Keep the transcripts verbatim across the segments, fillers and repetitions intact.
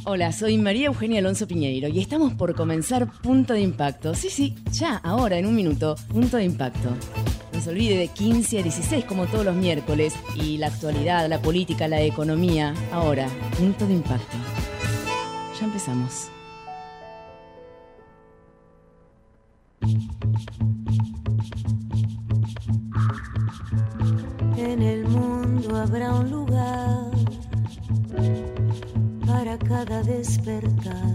Hola, soy María Eugenia Alonso Piñeiro y estamos por comenzar Punto de Impacto. Sí, sí, ya, ahora, en un minuto, Punto de Impacto. No se olvide de quince a dieciséis como todos los miércoles y la actualidad, la política, la economía. Ahora, Punto de Impacto. Ya empezamos. En el mundo habrá un lugar para cada despertar,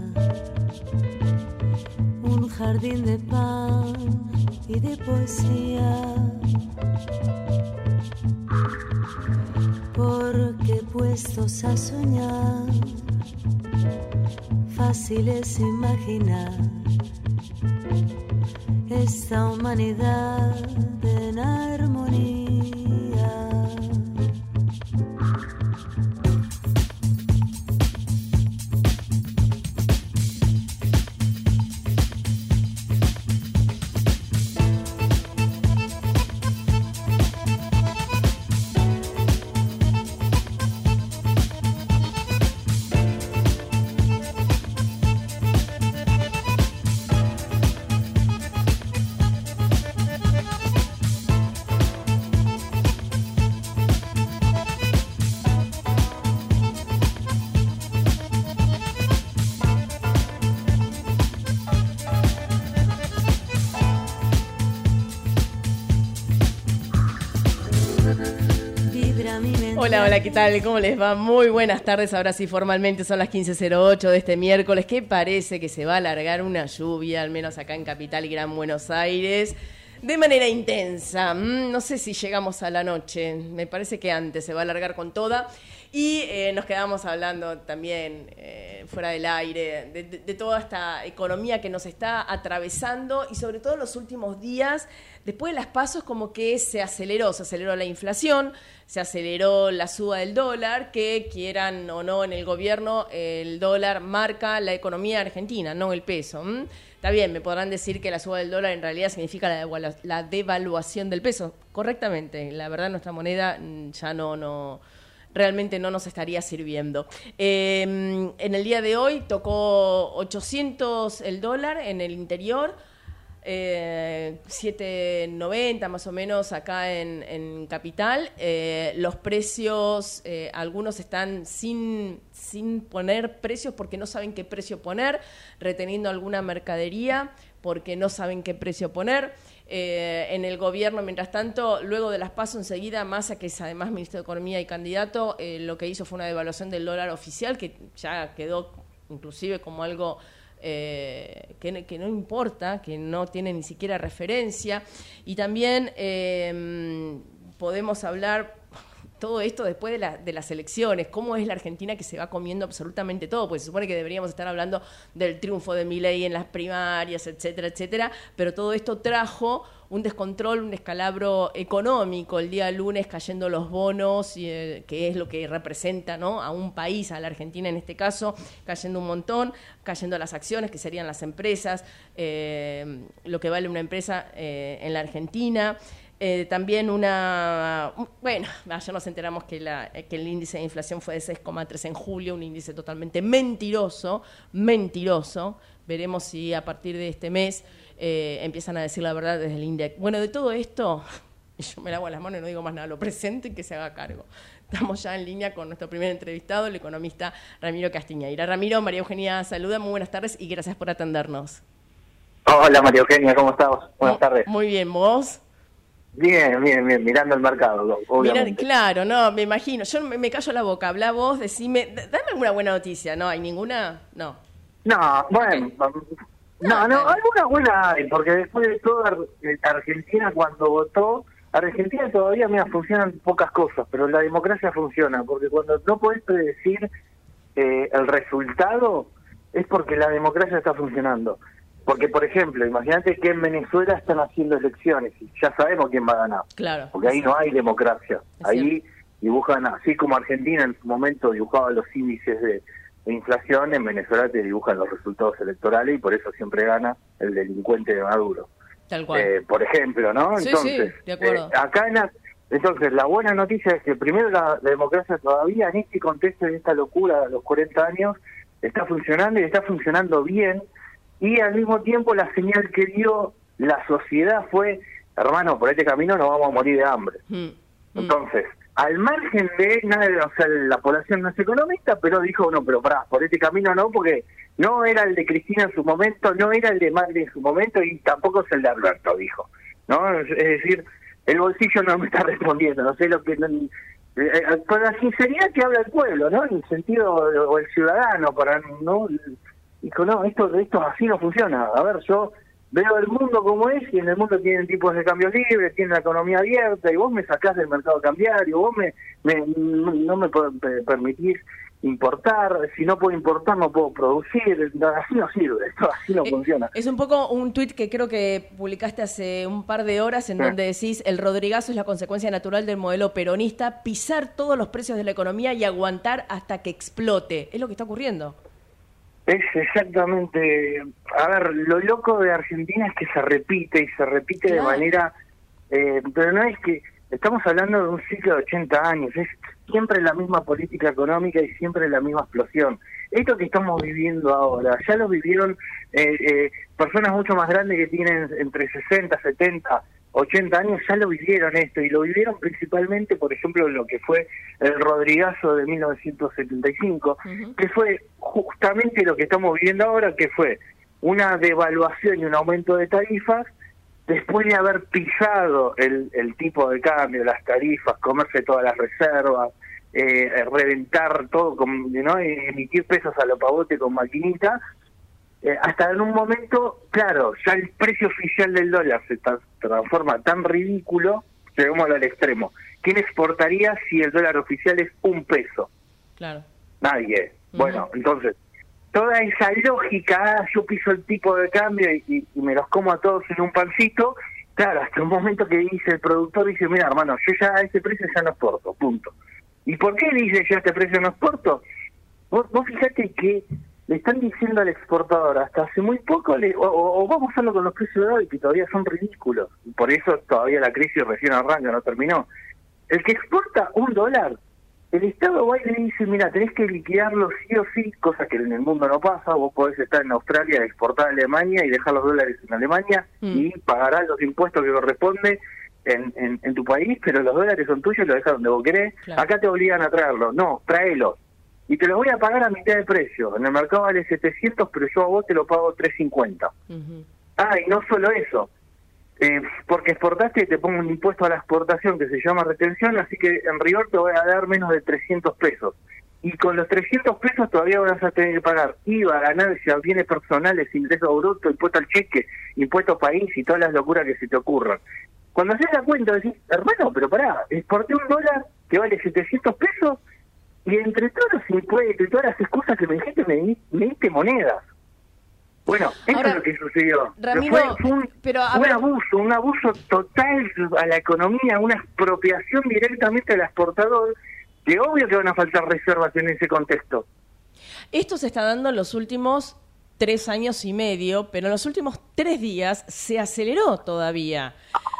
un jardín de pan y de poesía, porque puestos a soñar, fácil es imaginar esta humanidad en armonía. Hola, hola, ¿qué tal? ¿Cómo les va? Muy buenas tardes, ahora sí formalmente son las quince cero ocho de este miércoles, que parece que se va a alargar una lluvia, al menos acá en Capital y Gran Buenos Aires, de manera intensa. No sé si llegamos a la noche, me parece que antes se va a alargar con toda. Y eh, nos quedamos hablando también eh, fuera del aire de, de, de toda esta economía que nos está atravesando y sobre todo en los últimos días, después de las pasos, como que se aceleró, se aceleró la inflación, se aceleró la suba del dólar, que quieran o no en el gobierno, el dólar marca la economía argentina, no el peso. ¿Mm? Está bien, me podrán decir que la suba del dólar en realidad significa la, devalu- la devaluación del peso, correctamente, la verdad nuestra moneda ya no... no realmente no nos estaría sirviendo. Eh, en el día de hoy tocó ochocientos el dólar en el interior, eh, siete noventa más o menos acá en, en Capital. Eh, los precios, eh, algunos están sin, sin poner precios porque no saben qué precio poner, reteniendo alguna mercadería porque no saben qué precio poner. Eh, en el gobierno, mientras tanto, luego de las PASO enseguida, Massa, que es además ministro de Economía y candidato, eh, lo que hizo fue una devaluación del dólar oficial, que ya quedó inclusive como algo eh, que, que no importa, que no tiene ni siquiera referencia. Y también eh, podemos hablar... Todo esto después de, la, de las elecciones, cómo es la Argentina que se va comiendo absolutamente todo, pues se supone que deberíamos estar hablando del triunfo de Milei en las primarias, etcétera, etcétera, pero todo esto trajo un descontrol, un descalabro económico, el día lunes cayendo los bonos, eh, que es lo que representa, ¿no?, a un país, a la Argentina en este caso, cayendo un montón, cayendo las acciones, que serían las empresas, eh, lo que vale una empresa eh, en la Argentina. Eh, también una... Bueno, ayer nos enteramos que, la, que el índice de inflación fue de seis coma tres en julio, un índice totalmente mentiroso, mentiroso. Veremos si a partir de este mes eh, empiezan a decir la verdad desde el INDEC. Bueno, de todo esto, yo me lavo las manos y no digo más nada, lo presento y que se haga cargo. Estamos ya en línea con nuestro primer entrevistado, el economista Ramiro Castiñeira. Ramiro, María Eugenia saluda, muy buenas tardes y gracias por atendernos. Hola María Eugenia, ¿cómo estás? Buenas tardes. Muy bien, ¿vos? Bien, bien, bien, mirando el mercado, obviamente. Mirá, claro, no, me imagino. Yo me, me callo la boca, habla vos, decime, dame alguna buena noticia. ¿No hay ninguna? No. No, bueno, okay. no, no, alguna buena hay, porque después de todo Argentina cuando votó, Argentina todavía, mira, funcionan pocas cosas, pero la democracia funciona, porque cuando no podés predecir eh, el resultado, es porque la democracia está funcionando. Porque, por ejemplo, imagínate que en Venezuela están haciendo elecciones y ya sabemos quién va a ganar. Claro. Porque ahí no hay democracia. Ahí dibujan, así como Argentina en su momento dibujaba los índices de, de inflación, en Venezuela te dibujan los resultados electorales y por eso siempre gana el delincuente de Maduro. Tal cual. Eh, por ejemplo, ¿no? Sí, entonces, sí, de acuerdo. Eh, acá en la, entonces, la buena noticia es que primero la, la democracia todavía, en este contexto, en esta locura de los cuarenta años, está funcionando y está funcionando bien, y al mismo tiempo la señal que dio la sociedad fue, hermano, por este camino nos vamos a morir de hambre. Mm. Mm. Entonces, al margen de nada, o sea, la población no es economista, pero dijo, no, pero pará, por este camino no, porque no era el de Cristina en su momento, no era el de Macri en su momento, y tampoco es el de Alberto, dijo, ¿no? Es decir, el bolsillo no me está respondiendo, no sé lo que... No, eh, con la sinceridad que habla el pueblo, ¿no? En el sentido, o el ciudadano, para, ¿no? Dijo, no, esto, esto así no funciona. A ver, yo veo el mundo como es, y en el mundo tienen tipos de cambio libre, tienen la economía abierta, y vos me sacás del mercado cambiario, vos me, me no me permitís importar, si no puedo importar no puedo producir, así no sirve, esto así no eh, funciona. Es un poco un tuit que creo que publicaste hace un par de horas en sí. donde decís, el Rodrigazo es la consecuencia natural del modelo peronista, pisar todos los precios de la economía y aguantar hasta que explote. Es lo que está ocurriendo. Es exactamente, a ver, lo loco de Argentina es que se repite y se repite claro. de manera, eh, pero no es que, estamos hablando de un ciclo de ochenta años, es siempre la misma política económica y siempre la misma explosión. Esto que estamos viviendo ahora, ya lo vivieron eh, eh, personas mucho más grandes que tienen entre sesenta, setenta, ochenta años, ya lo vivieron esto, y lo vivieron principalmente, por ejemplo, lo que fue el Rodrigazo de mil novecientos setenta y cinco, uh-huh. que fue justamente lo que estamos viviendo ahora, que fue una devaluación y un aumento de tarifas, después de haber pisado el, el tipo de cambio, las tarifas, comerse todas las reservas, eh, reventar todo, con, ¿no? emitir pesos a lo pavote con maquinita, eh, hasta en un momento, claro, ya el precio oficial del dólar se tra- transforma tan ridículo, lleguémoslo al extremo. ¿Quién exportaría si el dólar oficial es un peso? Claro. Nadie. Uh-huh. Bueno, entonces, toda esa lógica, yo piso el tipo de cambio y, y, y me los como a todos en un pancito, claro, hasta un momento que dice el productor, dice, mira hermano, yo ya a este precio ya no exporto, punto. ¿Y por qué dice yo a este precio no exporto? Vos, vos fíjate que le están diciendo al exportador, hasta hace muy poco, le, o, o, o vamos a hacerlo con los precios de hoy, que todavía son ridículos, por eso todavía la crisis recién arranca, no terminó. El que exporta un dólar, el Estado va y le dice, mira, tenés que liquidarlo sí o sí, cosa que en el mundo no pasa, vos podés estar en Australia, exportar a Alemania y dejar los dólares en Alemania mm. y pagarás los impuestos que corresponde en, en, en tu país, pero los dólares son tuyos, los dejas donde vos querés, claro. Acá te obligan a traerlos, no, tráelos. Y te lo voy a pagar a mitad de precio, en el mercado vale setecientos, pero yo a vos te lo pago trescientos cincuenta. Uh-huh. Ah, y no solo eso, Eh, porque exportaste, te pongo un impuesto a la exportación que se llama retención, así que en rigor te voy a dar menos de trescientos pesos. Y con los trescientos pesos todavía vas a tener que pagar I V A, ganancias, bienes personales, ingresos brutos, impuesto al cheque, impuesto país y todas las locuras que se te ocurran. Cuando haces la cuenta decís, hermano, pero pará, exporté un dólar que vale setecientos pesos y entre todos los impuestos y todas las excusas que me dijiste me, di, me diste monedas. Bueno, eso Ahora, es lo que sucedió. Ramiro, fue, fue un, pero, un ver... abuso, un abuso total a la economía, una expropiación directamente al exportador, que obvio que van a faltar reservas en ese contexto. Esto se está dando en los últimos tres años y medio, pero en los últimos tres días se aceleró todavía.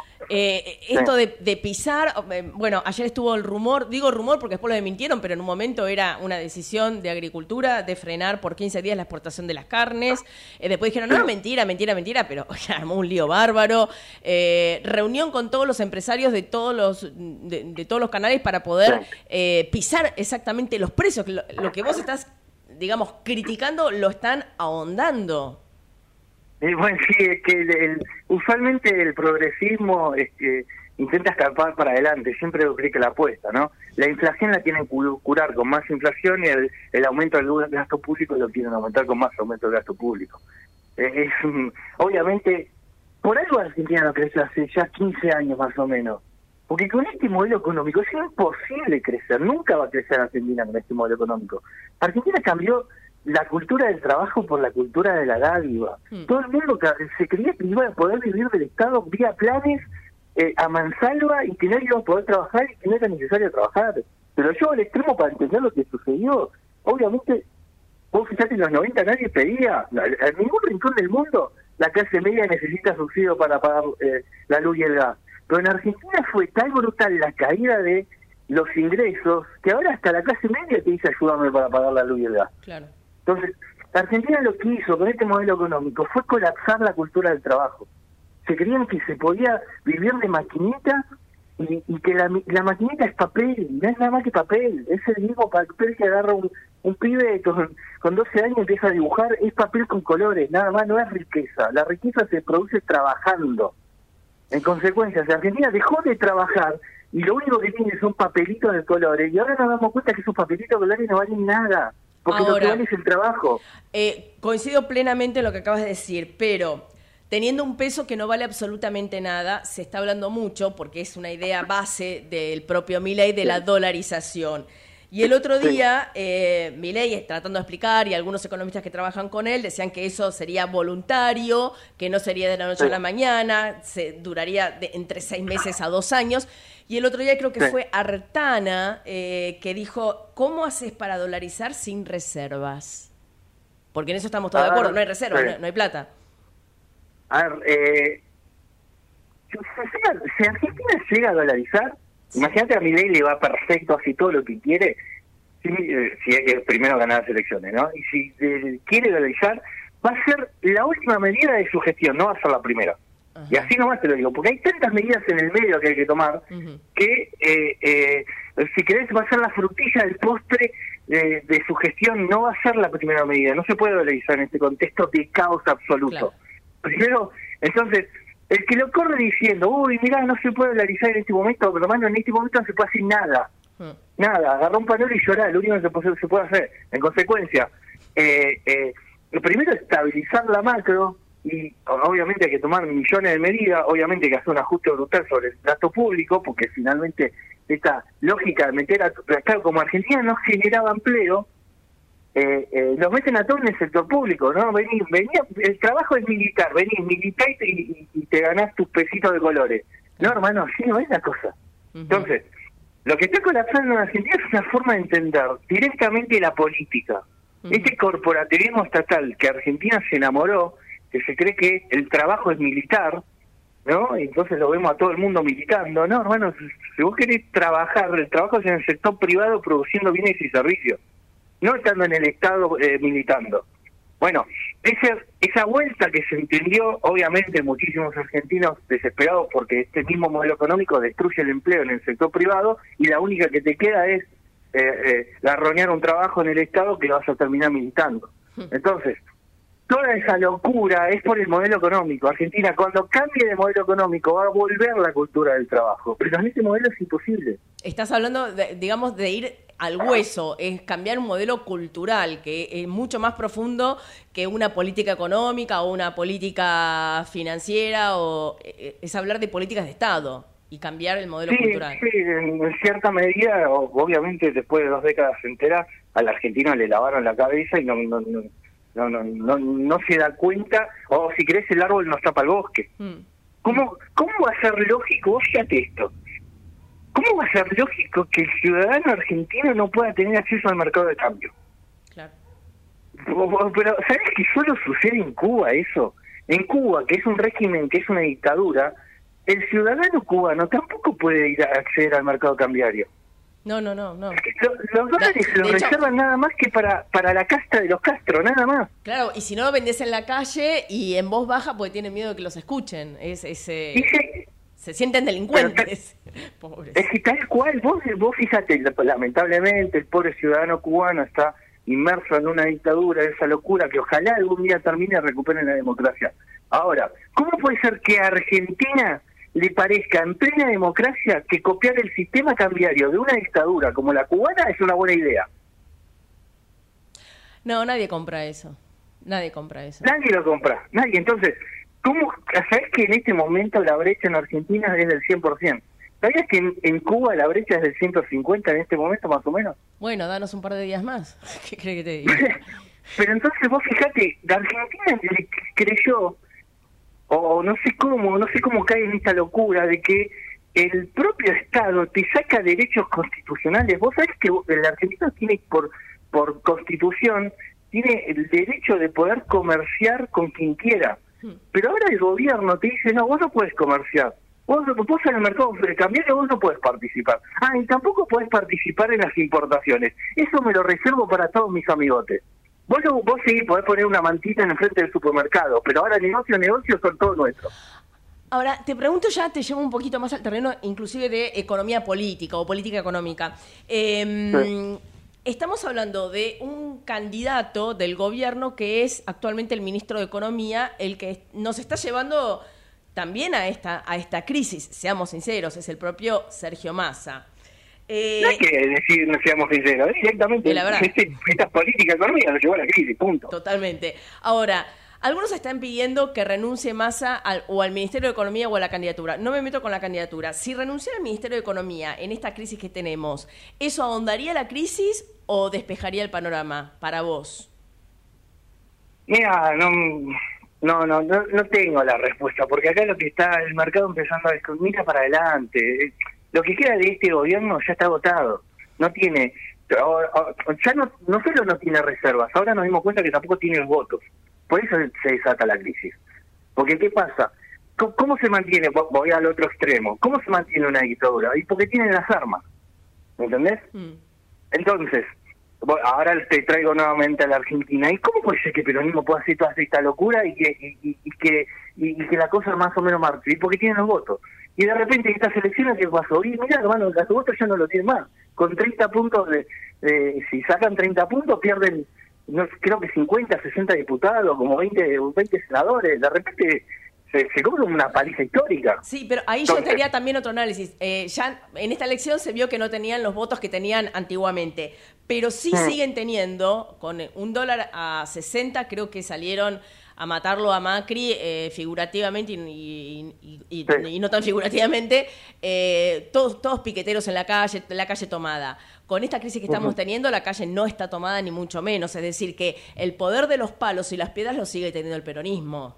Eh, esto de, de pisar, eh, bueno, ayer estuvo el rumor, digo rumor porque después lo desmintieron, pero en un momento era una decisión de Agricultura de frenar por quince días la exportación de las carnes. Eh, después dijeron, no, mentira, mentira, mentira, pero ya armó un lío bárbaro. Eh, reunión con todos los empresarios de todos los de, de todos los canales para poder eh, pisar exactamente los precios. Lo, lo que vos estás, digamos, criticando, lo están ahondando. Eh, bueno, sí, es que el, el, usualmente el progresismo este, intenta escapar para adelante, siempre duplica la apuesta, ¿no? La inflación la tienen que curar con más inflación y el, el aumento del gasto público lo quieren aumentar con más aumento del gasto público. Eh, es um, Obviamente, por algo Argentina no crece hace ya quince años más o menos, porque con este modelo económico es imposible crecer, nunca va a crecer Argentina con este modelo económico. Argentina cambió la cultura del trabajo por la cultura de la dádiva. Mm. Todo el mundo se creía que iba a poder vivir del Estado vía planes eh, a mansalva y que no iba a poder trabajar y que no era necesario trabajar. Pero yo al extremo para entender lo que sucedió, obviamente, vos fijate, en los noventa nadie pedía, en ningún rincón del mundo la clase media necesita subsidio para pagar eh, la luz y el gas. Pero en Argentina fue tan brutal la caída de los ingresos que ahora hasta la clase media te dice ayúdame para pagar la luz y el gas. Claro. Entonces, Argentina lo que hizo con este modelo económico fue colapsar la cultura del trabajo. Se creían que se podía vivir de maquinita y, y que la, la maquinita es papel, no es nada más que papel, es el mismo papel que agarra un, un pibe con, con doce años y empieza a dibujar, es papel con colores, nada más, no es riqueza. La riqueza se produce trabajando. En consecuencia, si Argentina dejó de trabajar y lo único que tiene son papelitos de colores, y ahora nos damos cuenta que esos papelitos de colores no valen nada, porque ahora, lo que vale es el trabajo. Eh, coincido plenamente en lo que acabas de decir, pero teniendo un peso que no vale absolutamente nada, se está hablando mucho, porque es una idea base del propio Milei, de la dolarización. Y el otro día, eh, Milei, tratando de explicar, y algunos economistas que trabajan con él, decían que eso sería voluntario, que no sería de la noche sí. a la mañana, se duraría de entre seis meses a dos años. Y el otro día creo que sí. fue Artana eh, que dijo, ¿cómo haces para dolarizar sin reservas? Porque en eso estamos todos a de acuerdo, ver, no hay reservas, sí. no, no hay plata. A ver, eh, si Argentina llega a dolarizar, imagínate a Milei le va perfecto, así todo lo que quiere, si, eh, si hay que primero ganar las elecciones, ¿no? Y si eh, quiere dolarizar, va a ser la última medida de su gestión, no va a ser la primera. Ajá. Y así nomás te lo digo, porque hay tantas medidas en el medio que hay que tomar, uh-huh. que eh, eh, si querés va a ser la frutilla del postre eh, de su gestión, no va a ser la primera medida, no se puede dolarizar en este contexto de caos absoluto. Claro. Primero, entonces, el que lo corre diciendo, uy, mirá, no se puede dolarizar en este momento, pero hermano, en este momento no se puede hacer nada. Hmm. Nada, agarrar un pañuelo y llorar, lo único que se puede, se puede hacer. En consecuencia, eh, eh, lo primero es estabilizar la macro, y obviamente hay que tomar millones de medidas, obviamente hay que hacer un ajuste brutal sobre el gasto público, porque finalmente esta lógica de meter a... Claro, como Argentina no generaba empleo, Eh, eh, los meten a todos en el sector público, ¿no? Vení, vení, el trabajo es militar, venís, militar y, y, y te ganás tus pesitos de colores. No, hermano, así no es la cosa. Uh-huh. Entonces, lo que está colapsando en Argentina es una forma de entender directamente la política. Uh-huh. Este corporativismo estatal que Argentina se enamoró, que se cree que el trabajo es militar, ¿no? Y entonces lo vemos a todo el mundo militando. No, hermano, si vos querés trabajar, el trabajo es en el sector privado produciendo bienes y servicios, no estando en el Estado eh, militando. Bueno, esa, esa vuelta que se entendió, obviamente muchísimos argentinos desesperados porque este mismo modelo económico destruye el empleo en el sector privado y la única que te queda es eh, eh, garroñar un trabajo en el Estado que vas a terminar militando. Entonces, toda esa locura es por el modelo económico. Argentina, cuando cambie de modelo económico, va a volver la cultura del trabajo. Pero en este modelo es imposible. Estás hablando, de, digamos, de ir al hueso, es cambiar un modelo cultural que es mucho más profundo que una política económica o una política financiera, o es hablar de políticas de Estado y cambiar el modelo sí, cultural. Sí, en cierta medida, obviamente después de dos décadas enteras, al argentino le lavaron la cabeza y no no no no no, no, no se da cuenta, o si querés el árbol nos tapa el bosque. Mm. ¿Cómo, ¿Cómo va a ser lógico? Vos fíjate esto. ¿Cómo va a ser lógico que el ciudadano argentino no pueda tener acceso al mercado de cambio? Claro. Pero, ¿sabes que solo sucede en Cuba eso? En Cuba, que es un régimen, que es una dictadura, el ciudadano cubano tampoco puede ir a acceder al mercado cambiario. No, no, no, no. Los, los dólares se los reservan nada más que para para la casta de los Castro, nada más. Claro, y si no lo vendés en la calle y en voz baja porque tienen miedo de que los escuchen. Es ese... Dice, se sienten delincuentes. Pobres. Es que tal cual, vos, vos fíjate, lamentablemente el pobre ciudadano cubano está inmerso en una dictadura, esa locura que ojalá algún día termine y recuperen la democracia. Ahora, ¿cómo puede ser que a Argentina le parezca en plena democracia que copiar el sistema cambiario de una dictadura como la cubana es una buena idea? No, nadie compra eso. Nadie compra eso. Nadie lo compra, nadie. Entonces, ¿cómo? ¿Sabés que en este momento la brecha en Argentina es del cien por ciento? ¿Sabías que en, en Cuba la brecha es del ciento cincuenta en este momento más o menos? Bueno, danos un par de días más. ¿Qué crees que te diga? Pero entonces vos fijate, la Argentina le creyó, o no sé cómo, no sé cómo cae en esta locura de que el propio Estado te saca derechos constitucionales. Vos sabés que el argentino tiene por por constitución, tiene el derecho de poder comerciar con quien quiera. Pero ahora el gobierno te dice, no, vos no puedes comerciar. Vos, vos en el mercado cambiario vos no puedes participar. Ah, y tampoco podés participar en las importaciones. Eso me lo reservo para todos mis amigotes. Vos, vos sí podés poner una mantita en el frente del supermercado, pero ahora negocios, negocios son todos nuestros. Ahora, te pregunto ya, te llevo un poquito más al terreno inclusive de economía política o política económica. Eh, sí. Estamos hablando de un candidato del gobierno que es actualmente el ministro de Economía, el que nos está llevando también a esta, a esta crisis, seamos sinceros, es el propio Sergio Massa. Eh, no hay que decir, no seamos sinceros, directamente este, esta política económica nos llevó a la crisis, punto. Totalmente. Ahora, algunos están pidiendo que renuncie Massa al, o al Ministerio de Economía o a la candidatura. No me meto con la candidatura. Si renunciara al Ministerio de Economía en esta crisis que tenemos, ¿eso ahondaría la crisis o despejaría el panorama para vos? Mira, no, no, no, no, no tengo la respuesta, porque acá lo que está el mercado empezando a decir, mira para adelante. Lo que queda de este gobierno ya está agotado. No tiene, ya no, no solo no tiene reservas, ahora nos dimos cuenta que tampoco tiene los votos. Por eso se desata la crisis. Porque ¿qué pasa? ¿Cómo, cómo se mantiene? Voy al otro extremo. ¿Cómo se mantiene una dictadura? Y porque tienen las armas. ¿Me entendés? Mm. Entonces, ahora te traigo nuevamente a la Argentina. ¿Y cómo puede ser que el peronismo pueda hacer toda esta locura y que y, y, y que y, y que la cosa más o menos marche? Y porque tienen los votos. Y de repente estas elecciones, ¿qué pasó? Y mira, hermano, el caso votos ya no lo tienen más. Con treinta puntos, de, de si sacan treinta puntos, pierden, no, creo que cincuenta, sesenta diputados, como veinte, veinte senadores. De repente se, se come una paliza histórica. Sí, pero ahí Entonces, yo tenía también otro análisis. Eh, ya en esta elección se vio que no tenían los votos que tenían antiguamente, pero sí hmm. siguen teniendo, con un dólar a sesenta, creo que salieron a matarlo a Macri eh, figurativamente y, y, y, y, sí. y no tan figurativamente, eh, todos, todos piqueteros en la calle, la calle tomada. Con esta crisis que estamos uh-huh. teniendo, la calle no está tomada ni mucho menos. Es decir, que el poder de los palos y las piedras lo sigue teniendo el peronismo.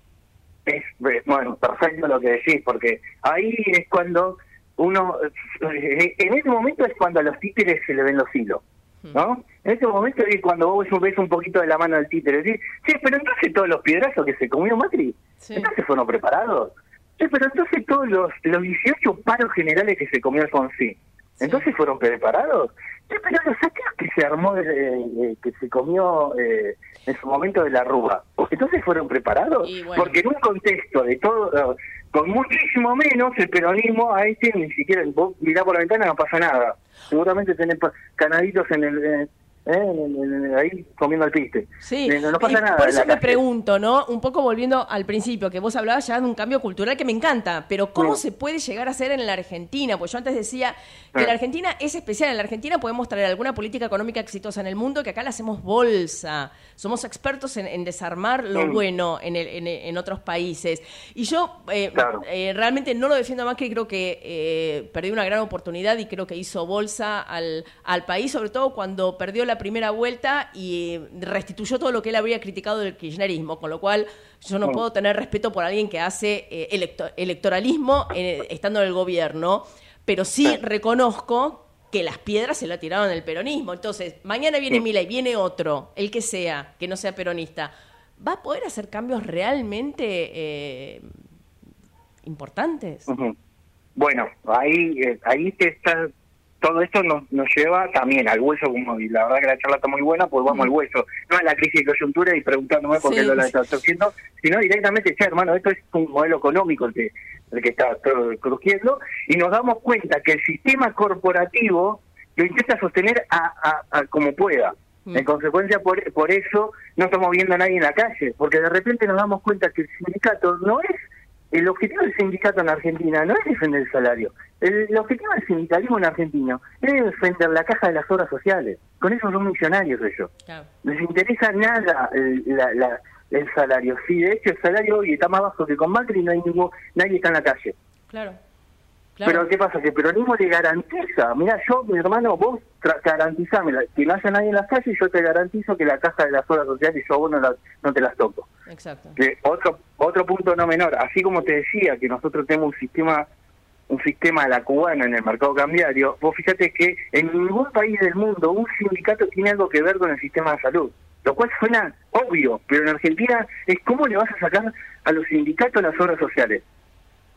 Es, bueno, perfecto lo que decís, porque ahí es cuando uno, en ese momento es cuando a los títeres se le ven los hilos, ¿no? En ese momento es cuando vos ves un poquito de la mano del títere, decís, sí, pero entonces todos los piedrazos que se comió Macri, sí. entonces fueron preparados. Sí, pero entonces todos los, los dieciocho paros generales que se comió Alfonsín, sí. entonces fueron preparados. Sí, pero los saqueos que se armó, eh, eh, que se comió eh, en su momento de la Rúa, entonces fueron preparados. Bueno. Porque en un contexto de todo, uh, con muchísimo menos, el peronismo a este ni siquiera, vos mirá por la ventana, no pasa nada. Seguramente tenés canaditos en el... Eh, Eh, en, en, ahí comiendo al piste. Sí, no, no pasa y nada. Por eso me calle. pregunto, ¿no? Un poco volviendo al principio, que vos hablabas ya de un cambio cultural que me encanta, pero ¿cómo sí. se puede llegar a hacer en la Argentina? Pues yo antes decía que sí. la Argentina es especial. En la Argentina podemos traer alguna política económica exitosa en el mundo, que acá la hacemos bolsa. Somos expertos en, en desarmar lo sí. bueno en, el, en, en otros países. Y yo eh, claro. eh, realmente no lo defiendo a Macri, creo que eh, perdió una gran oportunidad y creo que hizo bolsa al, al país, sobre todo cuando perdió la primera vuelta y restituyó todo lo que él habría criticado del kirchnerismo, con lo cual yo no puedo tener respeto por alguien que hace eh, electo- electoralismo en, estando en el gobierno, pero sí reconozco que las piedras se la tiraron el peronismo. Entonces, mañana viene Milei, viene otro, el que sea, que no sea peronista, ¿va a poder hacer cambios realmente eh, importantes? Uh-huh. Bueno, ahí, eh, ahí te está... Todo esto nos, nos lleva también al hueso, como, y la verdad que la charla está muy buena, pues vamos mm. al hueso, no a la crisis de coyuntura y preguntándome por qué sí, lo está haciendo, sino directamente, che, hermano, esto es un modelo económico el que, el que está todo crujiendo, y nos damos cuenta que el sistema corporativo lo intenta sostener a, a, a como pueda. Mm. En consecuencia, por, por eso no estamos viendo a nadie en la calle, porque de repente nos damos cuenta que el sindicato no es... El objetivo del sindicato en Argentina no es defender el salario. El, el objetivo del sindicalismo en Argentina es defender la caja de las obras sociales. Con eso son millonarios ellos. Claro. Les interesa nada el, la, la, el salario. Sí, de hecho el salario hoy está más bajo que con Macri y no hay ningún, nadie está en la calle. Claro. Claro. Pero ¿qué pasa? Que el peronismo le garantiza. Mira, yo, mi hermano, vos tra- garantizame que no haya nadie en las calles y yo te garantizo que la caja de las obras sociales yo a vos no, la, no te las toco. Exacto. Que otro otro punto no menor, así como te decía que nosotros tenemos un sistema un sistema a la cubana en el mercado cambiario, vos fíjate que en ningún país del mundo un sindicato tiene algo que ver con el sistema de salud, lo cual suena obvio, pero en Argentina es cómo le vas a sacar a los sindicatos las obras sociales.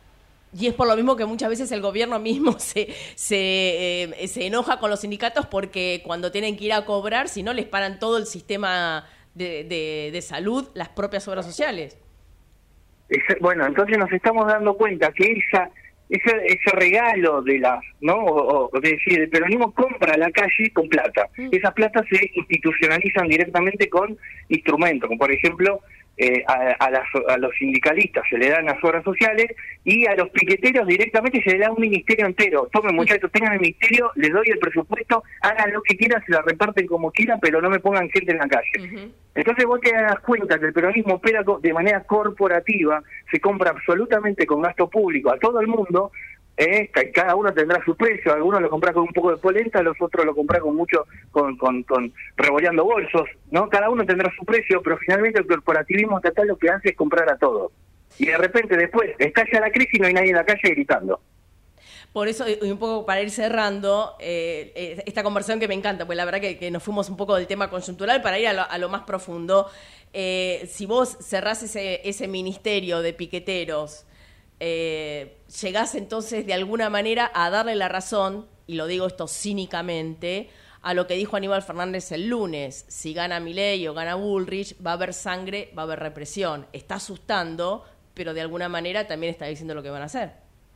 Y es por lo mismo que muchas veces el gobierno mismo se se, eh, se enoja con los sindicatos porque cuando tienen que ir a cobrar, si no les paran todo el sistema de, de, de salud, las propias obras sociales. Bueno, entonces nos estamos dando cuenta que esa ese, ese regalo de las, ¿no? O, o, es decir, el peronismo compra la calle con plata. Mm. Esas platas se institucionalizan directamente con instrumentos, como por ejemplo eh, a, a, las, a los sindicalistas se le dan las obras sociales y a los piqueteros directamente se le da un ministerio entero. Tomen, muchachos, tengan el ministerio, les doy el presupuesto, hagan lo que quieran, se la reparten como quieran, pero no me pongan gente en la calle. Uh-huh. Entonces vos te das cuenta que el peronismo opera de manera corporativa, se compra absolutamente con gasto público a todo el mundo, eh, cada uno tendrá su precio, algunos lo compran con un poco de polenta, los otros lo compran con mucho, con, con, con revoleando bolsos, ¿no? Cada uno tendrá su precio, pero finalmente el corporativismo estatal lo que hace es comprar a todos. Y de repente después estalla la crisis y no hay nadie en la calle gritando. Por eso, y un poco para ir cerrando, eh, esta conversación que me encanta, pues la verdad que, que nos fuimos un poco del tema coyuntural para ir a lo, a lo más profundo. Eh, si vos cerrás ese, ese ministerio de piqueteros, eh, llegás entonces de alguna manera a darle la razón, y lo digo esto cínicamente, a lo que dijo Aníbal Fernández el lunes: si gana Milei o gana Bullrich, va a haber sangre, va a haber represión. Está asustando, pero de alguna manera también está diciendo lo que van a hacer.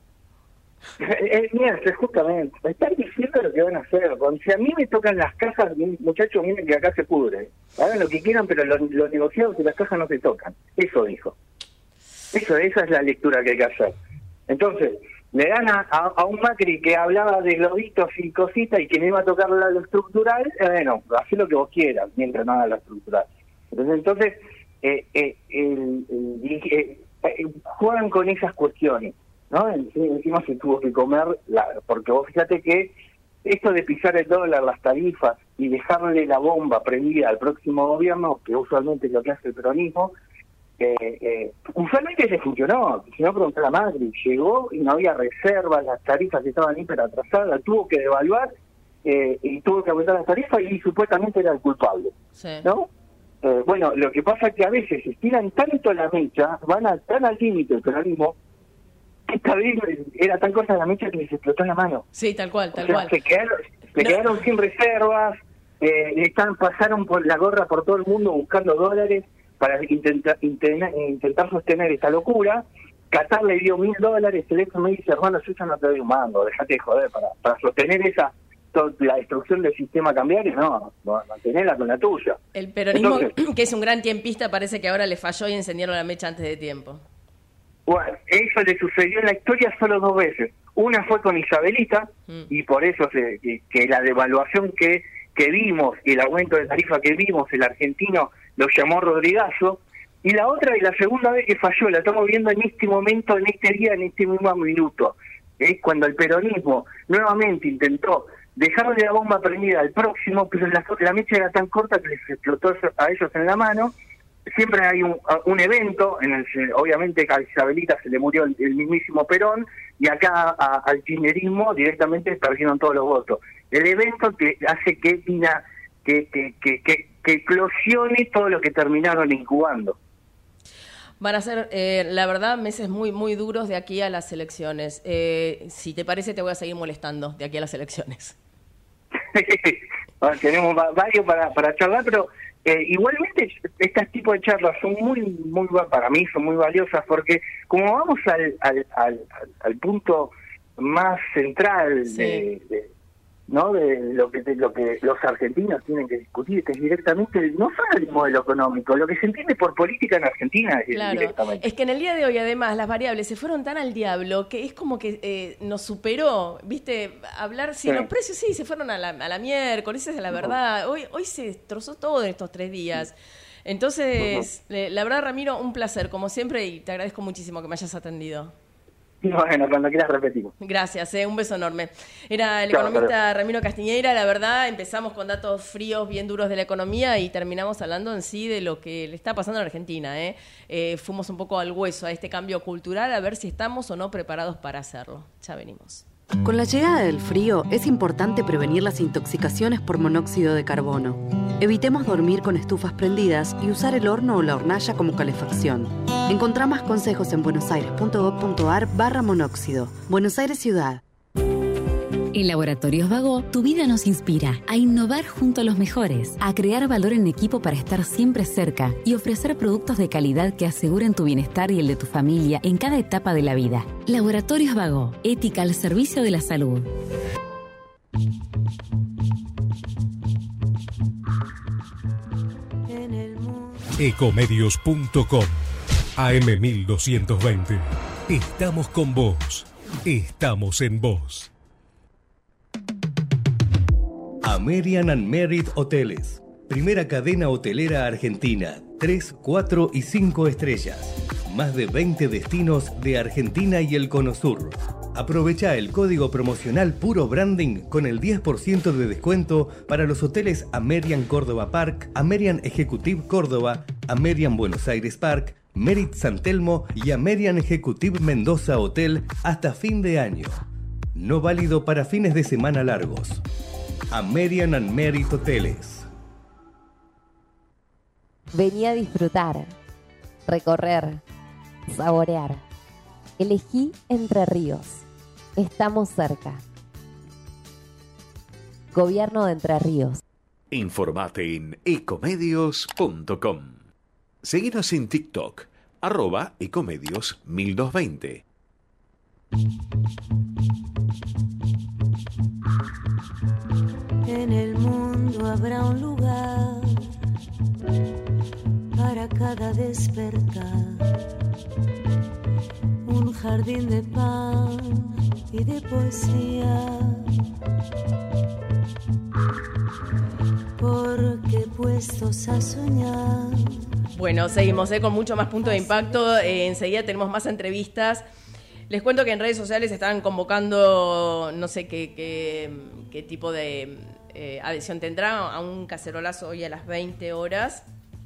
Eh, mira, justamente, me están diciendo lo que van a hacer. Cuando, si a mí me tocan las cajas, muchachos, miren que acá se pudre. Hagan lo que quieran, pero los, los negociados y las cajas no se tocan. Eso dijo. Eso, esa es la lectura que hay que hacer. Entonces, le dan a, a, a un Macri que hablaba de globitos y cositas y que no iba a tocar la, lo estructural, eh, bueno, hacé lo que vos quieras, mientras no haga lo estructural. Entonces, entonces eh, eh, el, el, eh, eh, juegan con esas cuestiones, ¿no? Encima se tuvo que comer, la, porque vos fíjate que esto de pisar el dólar, las tarifas y dejarle la bomba prendida al próximo gobierno, que usualmente es lo que hace el peronismo, eh, eh, usualmente se funcionó. Si no, preguntar a Macri, llegó y no había reservas, las tarifas estaban hiper atrasadas, tuvo que devaluar eh, y tuvo que aumentar las tarifas y supuestamente era el culpable, sí. ¿No? Eh, bueno, lo que pasa es que a veces estiran tanto la mecha, van a, tan al límite el peronismo, esta vez era tan corta la mecha que les explotó en la mano. Sí, tal cual, tal o sea, cual. Se quedaron, se no. quedaron sin reservas, eh, están pasaron por la gorra por todo el mundo buscando dólares para intentar intentar, intentar sostener esta locura. Qatar le dio mil dólares, el F M I dice, hermano, yo ya no te doy un mango, dejate de joder, para, para sostener esa la destrucción del sistema cambiario, no, mantenerla con la tuya. El peronismo, entonces, que es un gran tiempista, parece que ahora le falló y encendieron la mecha antes de tiempo. Bueno, eso le sucedió en la historia solo dos veces. Una fue con Isabelita, mm. y por eso se, que, que la devaluación que, que vimos y el aumento de tarifa que vimos, el argentino lo llamó Rodrigazo. Y la otra y la segunda vez que falló, la estamos viendo en este momento, en este día, en este mismo minuto. Es cuando el peronismo nuevamente intentó dejarle la bomba prendida al próximo, pero la, la mecha era tan corta que les explotó a ellos en la mano. Siempre hay un, un evento, en el obviamente a Isabelita se le murió el, el mismísimo Perón, y acá a, al kirchnerismo directamente perdieron todos los votos. El evento que hace que que, que, que, que, que eclosione todo lo que terminaron incubando. Van a ser, eh, la verdad, meses muy muy duros de aquí a las elecciones. Eh, si te parece, te voy a seguir molestando de aquí a las elecciones. Bueno, tenemos varios para, para charlar, pero eh, igualmente este tipo de charlas son muy, muy para mí son muy valiosas, porque como vamos al, al, al, al punto más central, sí, de, de, ¿no? de lo que de lo que los argentinos tienen que discutir, que es directamente no solo el modelo económico, lo que se entiende por política en Argentina es claro, directamente. Es que en el día de hoy además las variables se fueron tan al diablo que es como que eh, nos superó, viste, hablar si sí, sí. Los precios sí se fueron a la, a la miércoles, esa es la verdad. Hoy hoy se destrozó todo en estos tres días. Entonces, uh-huh. eh, la verdad, Ramiro, un placer como siempre, y te agradezco muchísimo que me hayas atendido. Bueno, cuando quieras repetimos. Gracias, eh, un beso enorme. Era el Chao, economista pero... Ramiro Castiñeira. La verdad, empezamos con datos fríos, bien duros de la economía, y terminamos hablando en sí de lo que le está pasando en Argentina. Eh. Eh, fuimos un poco al hueso a este cambio cultural, a ver si estamos o no preparados para hacerlo. Ya venimos. Con la llegada del frío, es importante prevenir las intoxicaciones por monóxido de carbono. Evitemos dormir con estufas prendidas y usar el horno o la hornalla como calefacción. Encontrá más consejos en buenosaires.gov.ar barra monóxido. Buenos Aires Ciudad. En Laboratorios Vago, tu vida nos inspira a innovar junto a los mejores, a crear valor en equipo para estar siempre cerca y ofrecer productos de calidad que aseguren tu bienestar y el de tu familia en cada etapa de la vida. Laboratorios Vago, ética al servicio de la salud. Ecomedios punto com A M mil doscientos veinte. Estamos con vos. Estamos en vos. American and Merit Hoteles. Primera cadena hotelera argentina. tres, cuatro y cinco estrellas. Más de veinte destinos de Argentina y el Cono Sur. Aprovecha el código promocional Puro Branding con el diez por ciento de descuento para los hoteles American Córdoba Park, American Executive Córdoba, American Buenos Aires Park, Merit San Telmo y American Executive Mendoza Hotel hasta fin de año. No válido para fines de semana largos. American and Merit Hoteles. Vení a disfrutar, recorrer, saborear. Elegí Entre Ríos. Estamos cerca. Gobierno de Entre Ríos. Informate en ecomedios punto com. Seguinos en TikTok, arroba ecomedios mil doscientos veinte. En el mundo habrá un lugar para cada despertar, un jardín de pan y de poesía, porque puestos a soñar. Bueno, seguimos ¿eh? con mucho más punto de impacto. Eh, enseguida tenemos más entrevistas. Les cuento que en redes sociales están convocando, no sé qué, qué, qué tipo de eh, adhesión tendrá, a un cacerolazo hoy a las veinte horas.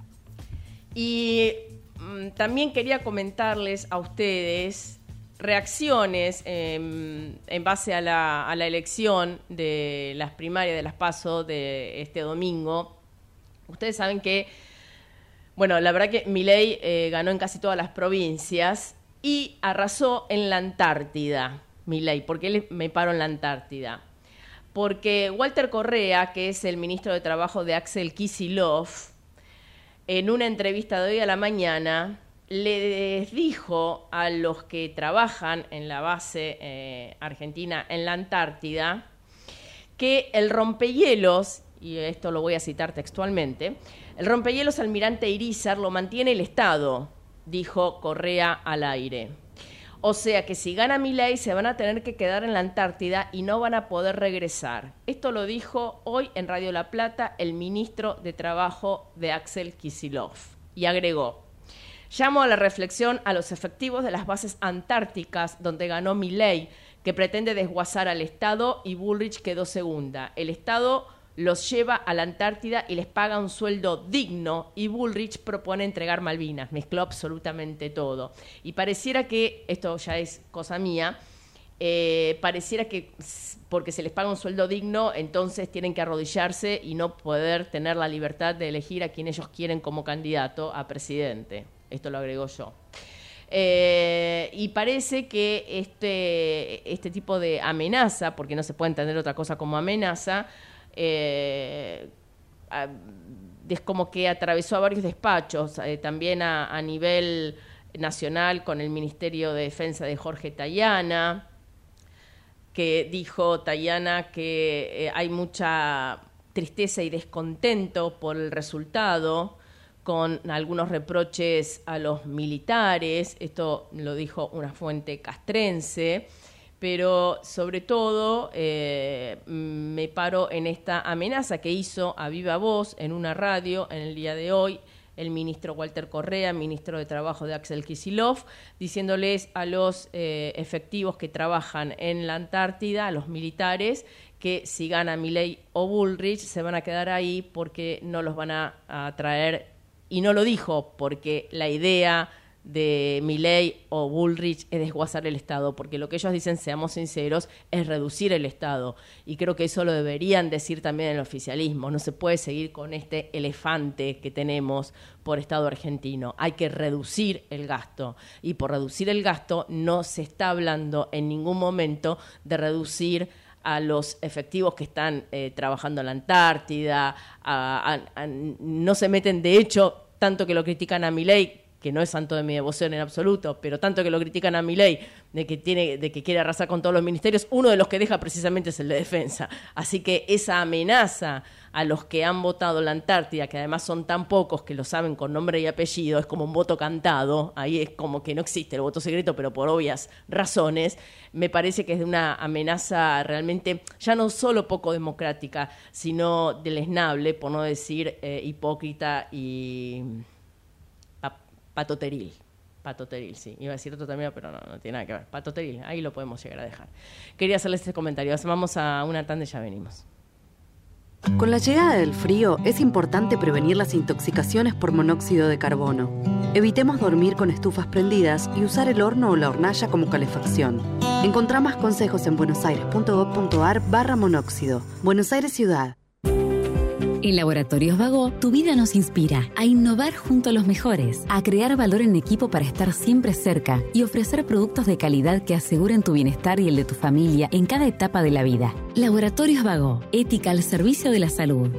Y mm, también quería comentarles a ustedes reacciones eh, en base a la, a la elección de las primarias de las PASO de este domingo. Ustedes saben que, bueno, la verdad que Milei eh, ganó en casi todas las provincias y arrasó en la Antártida, Milei. ¿Por qué me paro en la Antártida? Porque Walter Correa, que es el ministro de Trabajo de Axel Kicillof, en una entrevista de hoy a la mañana, les dijo a los que trabajan en la base eh, argentina en la Antártida que el rompehielos, y esto lo voy a citar textualmente, el rompehielos Almirante Irizar lo mantiene el Estado, dijo Correa al aire. O sea que si gana Milei se van a tener que quedar en la Antártida y no van a poder regresar. Esto lo dijo hoy en Radio La Plata el ministro de Trabajo de Axel Kicillof. Y agregó: llamo a la reflexión a los efectivos de las bases antárticas donde ganó Milei, que pretende desguazar al Estado y Bullrich quedó segunda. El Estado los lleva a la Antártida y les paga un sueldo digno y Bullrich propone entregar Malvinas. Mezcló absolutamente todo. Y pareciera que, esto ya es cosa mía, eh, pareciera que porque se les paga un sueldo digno, entonces tienen que arrodillarse y no poder tener la libertad de elegir a quien ellos quieren como candidato a presidente. Esto lo agrego yo. Eh, y parece que este, este tipo de amenaza, porque no se puede entender otra cosa como amenaza, Eh, es como que atravesó a varios despachos, eh, también a, a nivel nacional con el Ministerio de Defensa de Jorge Tayana, que dijo Tayana que eh, hay mucha tristeza y descontento por el resultado, con algunos reproches a los militares. Esto lo dijo una fuente castrense. Pero sobre todo eh, me paro en esta amenaza que hizo a viva voz en una radio en el día de hoy el ministro Walter Correa, ministro de Trabajo de Axel Kicillof, diciéndoles a los eh, efectivos que trabajan en la Antártida, a los militares, que si gana Milei o Bullrich se van a quedar ahí porque no los van a, a traer, y no lo dijo porque la idea de Milei o Bullrich es desguazar el Estado, porque lo que ellos dicen, seamos sinceros, es reducir el Estado. Y creo que eso lo deberían decir también en el oficialismo. No se puede seguir con este elefante que tenemos por Estado argentino. Hay que reducir el gasto. Y por reducir el gasto no se está hablando en ningún momento de reducir a los efectivos que están eh, trabajando en la Antártida. A, a, a, no se meten, de hecho, tanto que lo critican a Milei, que no es santo de mi devoción en absoluto, pero tanto que lo critican a Milei de que tiene, de que quiere arrasar con todos los ministerios, uno de los que deja precisamente es el de defensa. Así que esa amenaza a los que han votado la Antártida, que además son tan pocos que lo saben con nombre y apellido, es como un voto cantado, ahí es como que no existe el voto secreto, pero por obvias razones, me parece que es de una amenaza realmente ya no solo poco democrática, sino deleznable, por no decir eh, hipócrita y patoteril. Patoteril, sí. Iba a decir otro término, pero no, no tiene nada que ver. Patoteril, ahí lo podemos llegar a dejar. Quería hacerles este comentario. Vamos a una tanda y ya venimos. Con la llegada del frío es importante prevenir las intoxicaciones por monóxido de carbono. Evitemos dormir con estufas prendidas y usar el horno o la hornalla como calefacción. Encontrá más consejos en buenosaires.gov.ar barra monóxido. Buenos Aires Ciudad. En Laboratorios Vago, tu vida nos inspira a innovar junto a los mejores, a crear valor en equipo para estar siempre cerca y ofrecer productos de calidad que aseguren tu bienestar y el de tu familia en cada etapa de la vida. Laboratorios Vago, ética al servicio de la salud.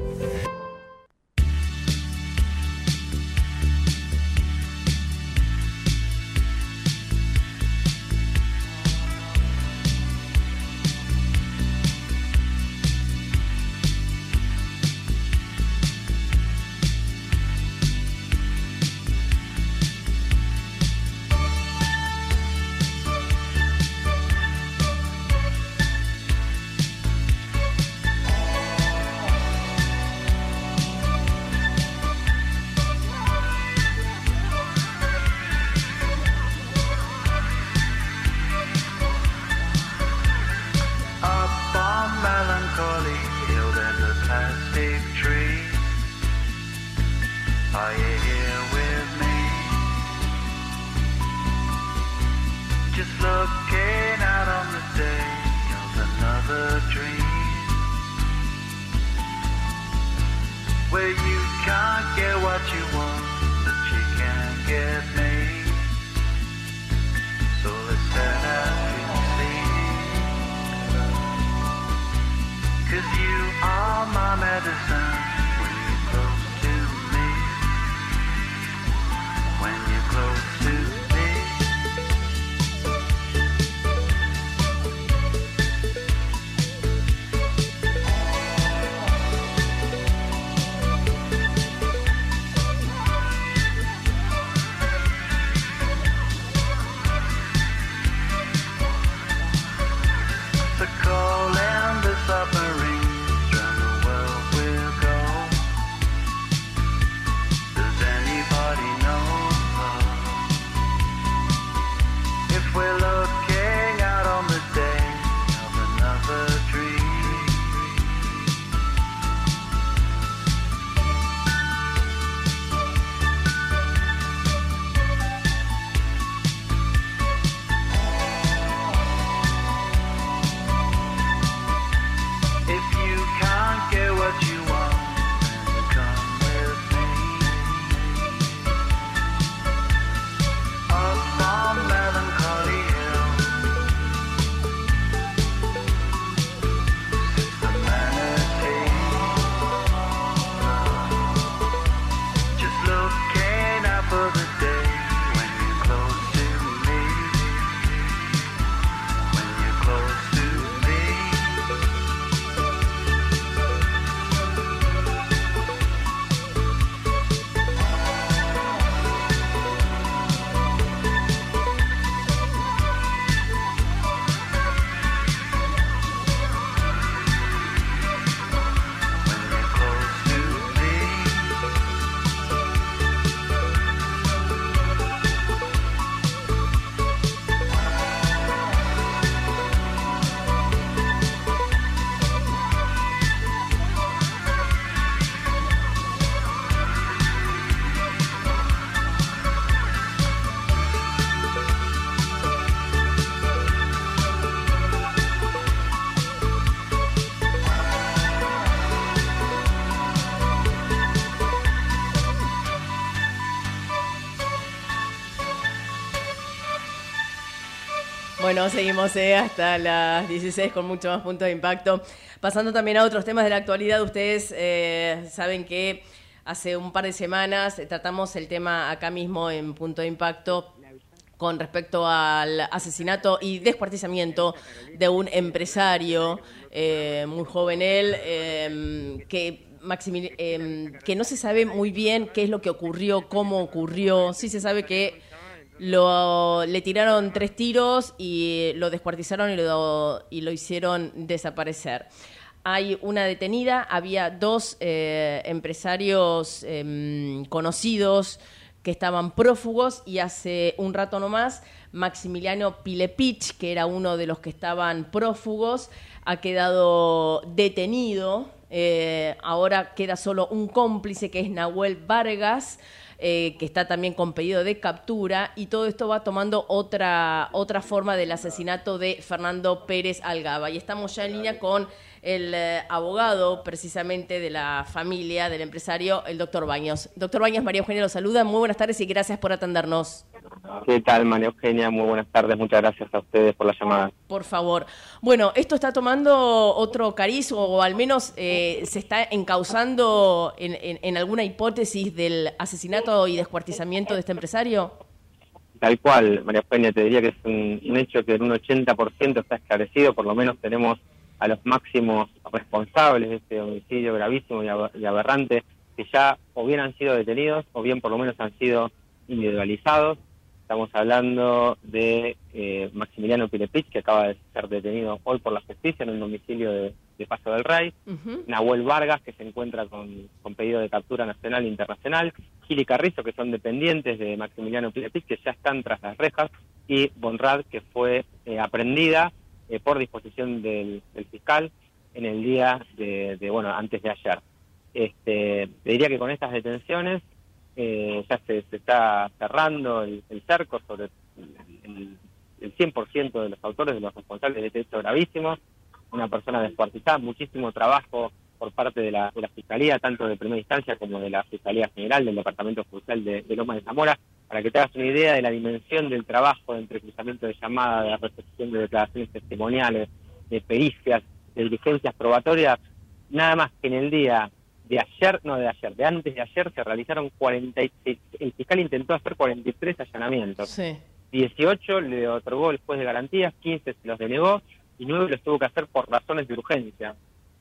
Bueno, seguimos eh, hasta las dieciséis con mucho más puntos de impacto. Pasando también a otros temas de la actualidad, ustedes eh, saben que hace un par de semanas tratamos el tema acá mismo en Punto de Impacto con respecto al asesinato y descuartizamiento de un empresario, eh, muy joven él, eh, que, Maximil- eh, que no se sabe muy bien qué es lo que ocurrió, cómo ocurrió. Sí se sabe que lo, le tiraron tres tiros y lo descuartizaron y lo, y lo hicieron desaparecer. Hay una detenida, había dos eh, empresarios eh, conocidos que estaban prófugos y hace un rato nomás Maximiliano Pilepich, que era uno de los que estaban prófugos, ha quedado detenido. Eh, ahora queda solo un cómplice que es Nahuel Vargas, eh, que está también con pedido de captura, y todo esto va tomando otra, otra forma del asesinato de Fernando Pérez Algaba. Y estamos ya en línea con el eh, abogado precisamente de la familia del empresario, el doctor Baños. Doctor Baños, María Eugenia lo saluda, muy buenas tardes y gracias por atendernos. ¿Qué tal, María Eugenia? Muy buenas tardes, muchas gracias a ustedes por la llamada. Por favor. Bueno, esto está tomando otro cariz, o al menos eh, se está encauzando en, en, en alguna hipótesis del asesinato y descuartizamiento de este empresario. Tal cual, María Eugenia, te diría que es un, un hecho que en un ochenta por ciento está esclarecido, por lo menos tenemos a los máximos responsables de este homicidio gravísimo y aberrante, que ya o bien han sido detenidos o bien por lo menos han sido individualizados. Estamos hablando de eh, Maximiliano Pilepich, que acaba de ser detenido hoy por la justicia en un domicilio de, de Paso del Rey. Uh-huh. Nahuel Vargas, que se encuentra con, con pedido de captura nacional e internacional. Gili Carrizo, que son dependientes de Maximiliano Pilepich, que ya están tras las rejas. Y Bonrad, que fue eh, aprendida Eh, por disposición del, del fiscal en el día de, de, bueno, antes de ayer. Este, te diría que con estas detenciones eh, ya se, se está cerrando el, el cerco sobre el, el cien por ciento de los autores, de los responsables de este hecho gravísimo. Una persona descuartizada, muchísimo trabajo por parte de la, de la Fiscalía, tanto de primera instancia como de la Fiscalía General, del Departamento Judicial de, de Lomas de Zamora, para que te hagas una idea de la dimensión del trabajo de entrecruzamiento de llamadas, de recepción de declaraciones testimoniales, de pericias, de diligencias probatorias. Nada más que en el día de ayer, no de ayer, de antes de ayer se realizaron cuarenta y seis, el fiscal intentó hacer cuarenta y tres allanamientos. Sí. dieciocho le otorgó el juez de garantías, quince se los denegó y nueve los tuvo que hacer por razones de urgencia.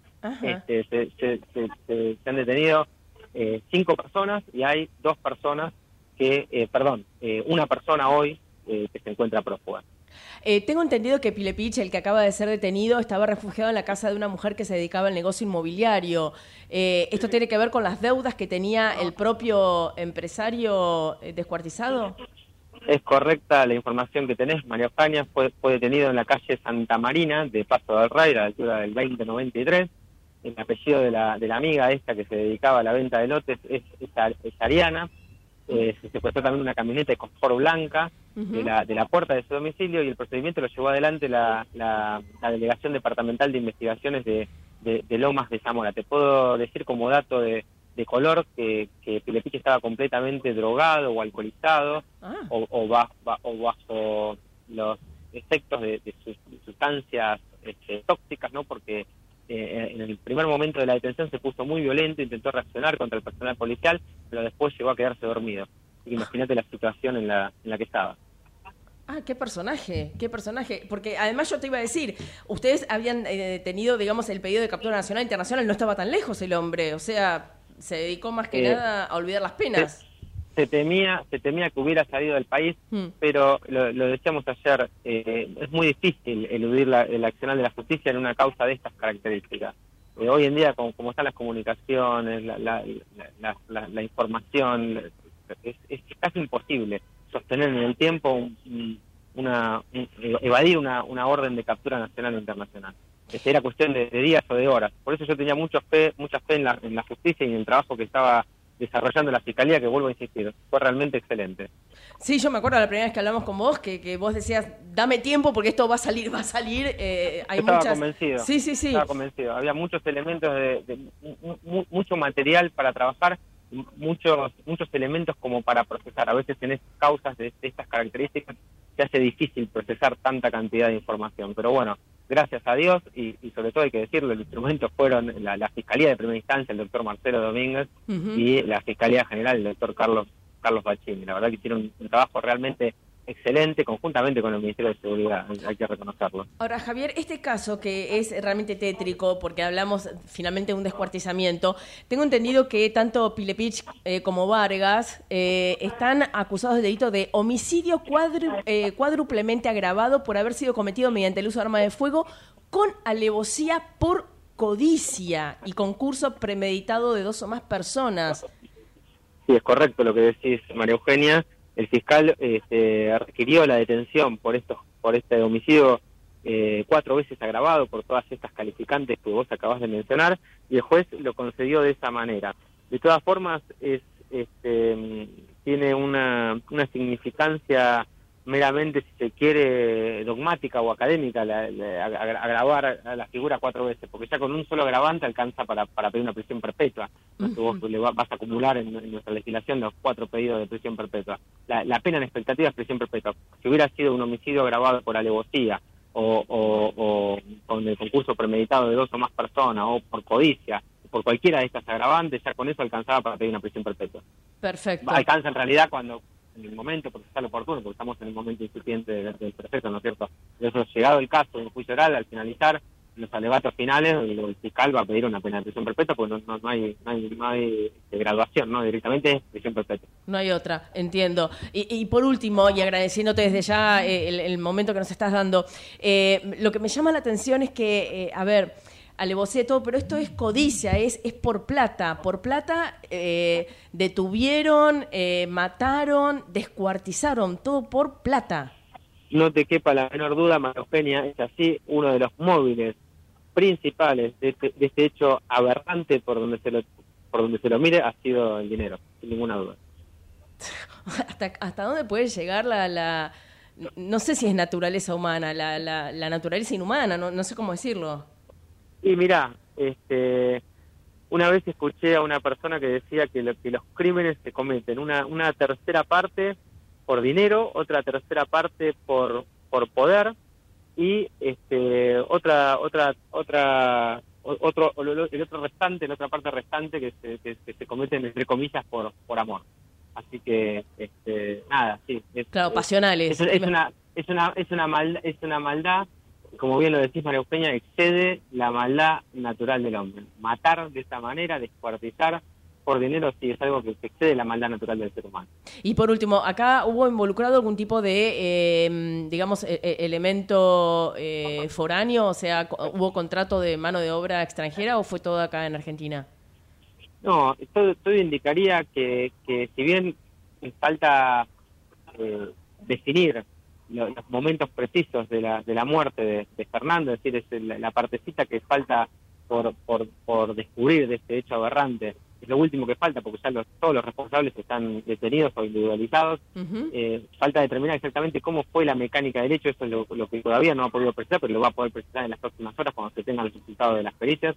Este, se, se, se, se, se han detenido eh, cinco personas y hay dos personas que, eh, perdón, eh, una persona hoy eh, que se encuentra prófuga. Eh, tengo entendido que Pilepich, el que acaba de ser detenido, estaba refugiado en la casa de una mujer que se dedicaba al negocio inmobiliario. Eh, ¿Esto tiene que ver con las deudas que tenía el propio empresario eh, descuartizado? Es correcta la información que tenés, María Eugenia. Fue, fue detenido en la calle Santa Marina, de Paso del Rey, a la altura del veinte noventa y tres. El apellido de la, de la amiga esta que se dedicaba a la venta de lotes es, es, es Ariana. Eh, se secuestró también una camioneta de confort blanca uh-huh. de, la, de la puerta de su domicilio y el procedimiento lo llevó adelante la, la, la Delegación Departamental de Investigaciones de, de, de Lomas de Zamora. Te puedo decir como dato de, de color que, que Pilepich estaba completamente drogado o alcoholizado ah. o, o, bajo, o bajo los efectos de, de, sus, de sustancias este, tóxicas, ¿no? Porque Eh, en el primer momento de la detención se puso muy violento, intentó reaccionar contra el personal policial, pero después llegó a quedarse dormido. Así que imagínate la situación en la, en la que estaba. Ah, qué personaje, qué personaje. Porque además yo te iba a decir, ustedes habían eh, tenido, digamos, el pedido de captura nacional e internacional, no estaba tan lejos el hombre, o sea, se dedicó más que eh, nada a olvidar las penas. Se, se temía se temía que hubiera salido del país, hmm. pero lo, lo decíamos ayer, eh, es muy difícil eludir la, el accionar de la justicia en una causa de estas características. Eh, hoy en día, como, como están las comunicaciones, la, la, la, la, la información, es, es casi imposible sostener en el tiempo un, una un, evadir una, una orden de captura nacional o internacional. Este, era cuestión de, de días o de horas. Por eso yo tenía mucha fe, mucha fe en la, en la justicia y en el trabajo que estaba desarrollando la Fiscalía, que vuelvo a insistir, fue realmente excelente. Sí, yo me acuerdo la primera vez que hablamos con vos, que, que vos decías, dame tiempo porque esto va a salir, va a salir. Eh, hay yo estaba muchas... convencido. Sí, sí, sí. Estaba convencido. Había muchos elementos, de, de mu, mucho material para trabajar, muchos muchos elementos como para procesar. A veces tenés causas de, de estas características se hace difícil procesar tanta cantidad de información. Pero bueno, gracias a Dios, y, y sobre todo hay que decirlo, los instrumentos fueron la, la Fiscalía de Primera Instancia, el doctor Marcelo Domínguez, uh-huh. y la Fiscalía General, el doctor Carlos Carlos Bachini. La verdad que hicieron un, un trabajo realmente excelente, conjuntamente con el Ministerio de Seguridad, hay que reconocerlo. Ahora, Javier, este caso que es realmente tétrico, porque hablamos finalmente de un descuartizamiento, tengo entendido que tanto Pilepich eh, como Vargas eh, están acusados del delito de homicidio cuadru, eh, cuádruplemente agravado por haber sido cometido mediante el uso de arma de fuego con alevosía por codicia y concurso premeditado de dos o más personas. Sí, es correcto lo que decís, María Eugenia. El fiscal este, requirió la detención por estos, por este homicidio eh, cuatro veces agravado por todas estas calificantes que vos acabás de mencionar, y el juez lo concedió de esa manera. De todas formas, es, este, tiene una, una significancia meramente, si se quiere, dogmática o académica, la, la, agravar a la figura cuatro veces, porque ya con un solo agravante alcanza para, para pedir una prisión perpetua. Uh-huh. Que vos le va, vas a acumular en, en nuestra legislación los cuatro pedidos de prisión perpetua. La, la pena en expectativa es prisión perpetua. Si hubiera sido un homicidio agravado por alevosía o, o, o con el concurso premeditado de dos o más personas o por codicia, por cualquiera de estas agravantes, ya con eso alcanzaba para pedir una prisión perpetua. Perfecto. Alcanza en realidad cuando en el momento, porque está lo oportuno, porque estamos en el momento incipiente del, del proceso, ¿no es cierto? Eso, llegado el caso del juicio oral, al finalizar los alegatos finales, el, el fiscal va a pedir una pena de prisión perpetua, porque no, no, no hay, no hay, no hay graduación, ¿no? Directamente es prisión perpetua. No hay otra, entiendo. Y, y por último, y agradeciéndote desde ya eh, el, el momento que nos estás dando, eh, lo que me llama la atención es que, eh, a ver, alevosía y todo, pero esto es codicia, es, es por plata. Por plata eh, detuvieron, eh, mataron, descuartizaron, todo por plata. No te quepa la menor duda, María Eugenia, es así, uno de los móviles principales de este, de este hecho aberrante por donde se lo por donde se lo mire ha sido el dinero, sin ninguna duda. ¿Hasta, hasta dónde puede llegar la... la no sé si es naturaleza humana, la, la, la naturaleza inhumana, no, no sé cómo decirlo? Y mirá, este, una vez escuché a una persona que decía que, lo, que los crímenes se cometen una, una tercera parte por dinero, otra tercera parte por por poder y este otra otra otra otro el otro restante, la otra parte restante que se, que, que se cometen entre comillas por por amor. Así que este nada, sí, es, claro, pasionales. Es, es, es una es una es una maldad, es una maldad. Como bien lo decís, María Eugenia, excede la maldad natural del hombre. Matar de esta manera, descuartizar por dinero, sí, es algo que excede la maldad natural del ser humano. Y por último, ¿acá hubo involucrado algún tipo de, eh, digamos, e- e- elemento eh, foráneo? O sea, ¿hubo contrato de mano de obra extranjera o fue todo acá en Argentina? No, todo, todo indicaría que, que si bien falta eh, definir los momentos precisos de la de la muerte de, de Fernando, es decir, es la, la partecita que falta por, por por descubrir de este hecho aberrante, es lo último que falta, porque ya los, todos los responsables están detenidos o individualizados. Uh-huh. Eh, falta determinar exactamente cómo fue la mecánica del hecho, eso es lo, lo que todavía no ha podido precisar, pero lo va a poder precisar en las próximas horas cuando se tengan los resultados de las pericias.